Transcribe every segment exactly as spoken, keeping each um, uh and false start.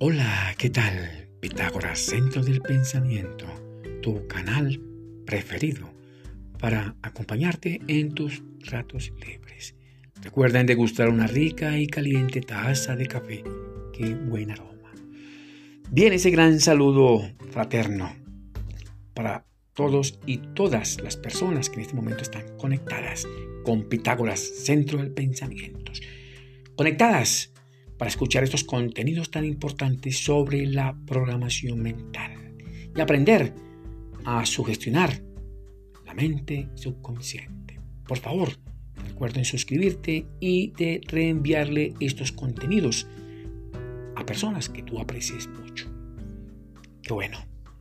Hola, ¿qué tal? Pitágoras, Centro del Pensamiento, tu canal preferido para acompañarte en tus ratos libres. Recuerden degustar una rica y caliente taza de café. ¡Qué buen aroma! Bien, ese gran saludo fraterno para todos y todas las personas que en este momento están conectadas con Pitágoras, Centro del Pensamiento. Conectadas para escuchar estos contenidos tan importantes sobre la programación mental y aprender a sugestionar la mente subconsciente. Por favor, recuerden suscribirte y de reenviarle estos contenidos a personas que tú aprecies mucho. Qué bueno.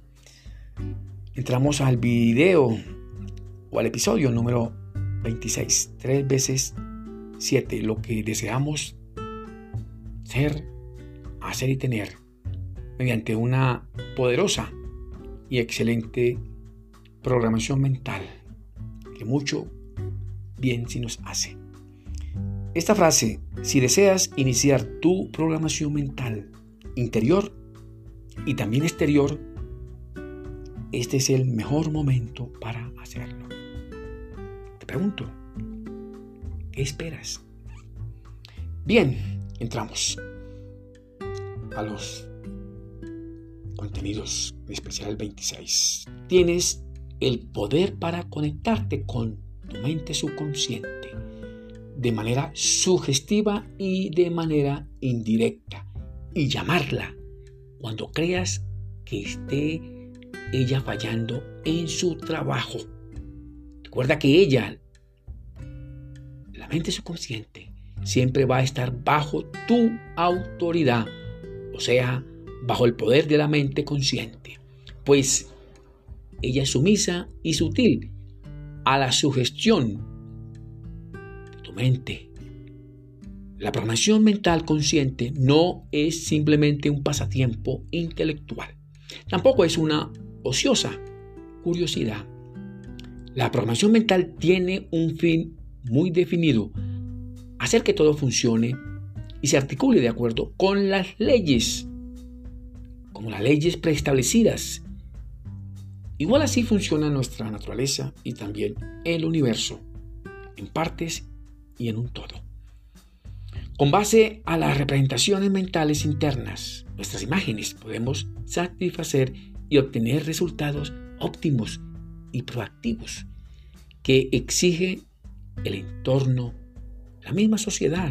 Entramos al video o al episodio número veintiséis. Tres veces siete. Lo que deseamos ser, hacer y tener mediante una poderosa y excelente programación mental que mucho bien sí nos hace. Esta frase: si deseas iniciar tu programación mental interior y también exterior, este es el mejor momento para hacerlo. Te pregunto, ¿qué esperas? Bien, entramos a los contenidos, en especial el veintiséis. Tienes el poder para conectarte con tu mente subconsciente de manera sugestiva y de manera indirecta y llamarla cuando creas que esté ella fallando en su trabajo. Recuerda que ella, la mente subconsciente, siempre va a estar bajo tu autoridad, o sea, bajo el poder de la mente consciente, pues ella es sumisa y sutil a la sugestión de tu mente. La programación mental consciente no es simplemente un pasatiempo intelectual, tampoco es una ociosa curiosidad. La programación mental tiene un fin muy definido: hacer que todo funcione y se articule de acuerdo con las leyes, como las leyes preestablecidas. Igual así funciona nuestra naturaleza y también el universo, en partes y en un todo. Con base a las representaciones mentales internas, nuestras imágenes, podemos satisfacer y obtener resultados óptimos y proactivos que exige el entorno, la misma sociedad.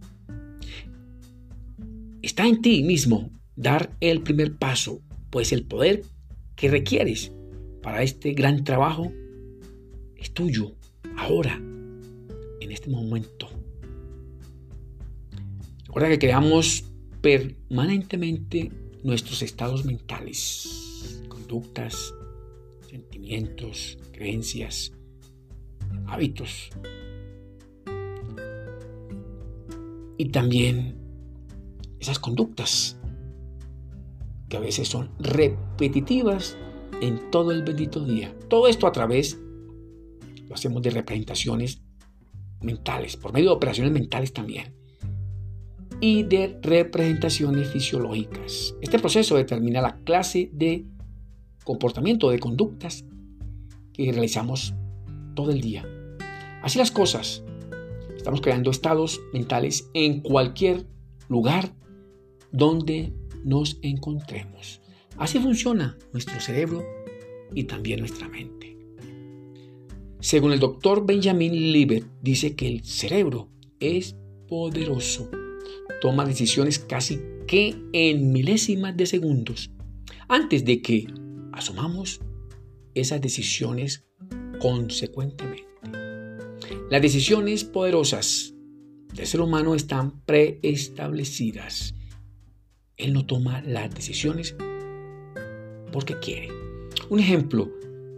Está en ti mismo dar el primer paso, pues el poder que requieres para este gran trabajo es tuyo, ahora, en este momento. Recuerda que creamos permanentemente nuestros estados mentales, conductas, sentimientos, creencias, hábitos. Y también esas conductas que a veces son repetitivas en todo el bendito día. Todo esto a través, lo hacemos de representaciones mentales, por medio de operaciones mentales también, y de representaciones fisiológicas. Este proceso determina la clase de comportamiento, de conductas que realizamos todo el día. Así las cosas. Estamos creando estados mentales en cualquier lugar donde nos encontremos. Así funciona nuestro cerebro y también nuestra mente. Según el doctor Benjamin Libet, dice que el cerebro es poderoso. Toma decisiones casi que en milésimas de segundos antes de que asumamos esas decisiones consecuentemente. Las decisiones poderosas del ser humano están preestablecidas. Él no toma las decisiones porque quiere. Un ejemplo,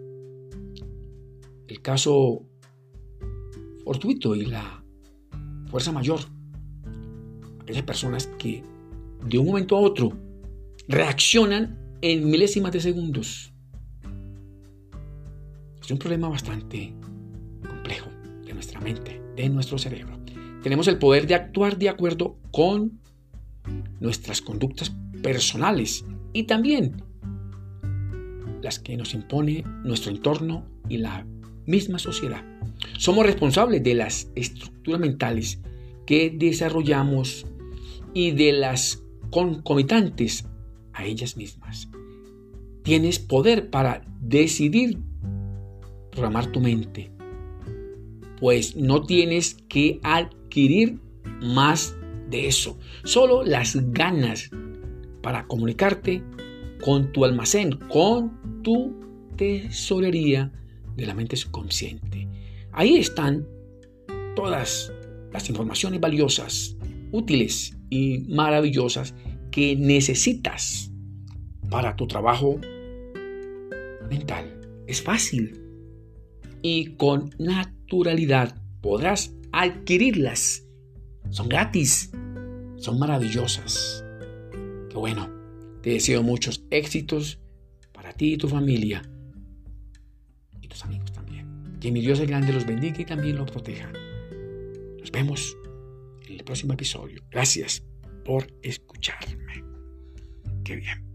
el caso fortuito y la fuerza mayor. Aquellas personas que de un momento a otro reaccionan en milésimas de segundos. Es un problema bastante complejo de nuestra mente, de nuestro cerebro. Tenemos el poder de actuar de acuerdo con nuestras conductas personales y también las que nos impone nuestro entorno y la misma sociedad. Somos responsables de las estructuras mentales que desarrollamos y de las concomitantes a ellas mismas. Tienes poder para decidir programar tu mente, pues no tienes que adquirir más de eso, solo las ganas para comunicarte con tu almacén, con tu tesorería de la mente subconsciente. Ahí están todas las informaciones valiosas, útiles y maravillosas que necesitas para tu trabajo mental. Es fácil y con naturalidad podrás adquirirlas. Son gratis, son maravillosas. Qué bueno, te deseo muchos éxitos para ti y tu familia y tus amigos también. Que mi Dios el grande los bendiga y también los proteja. Nos vemos en el próximo episodio. Gracias por escucharme. Qué bien.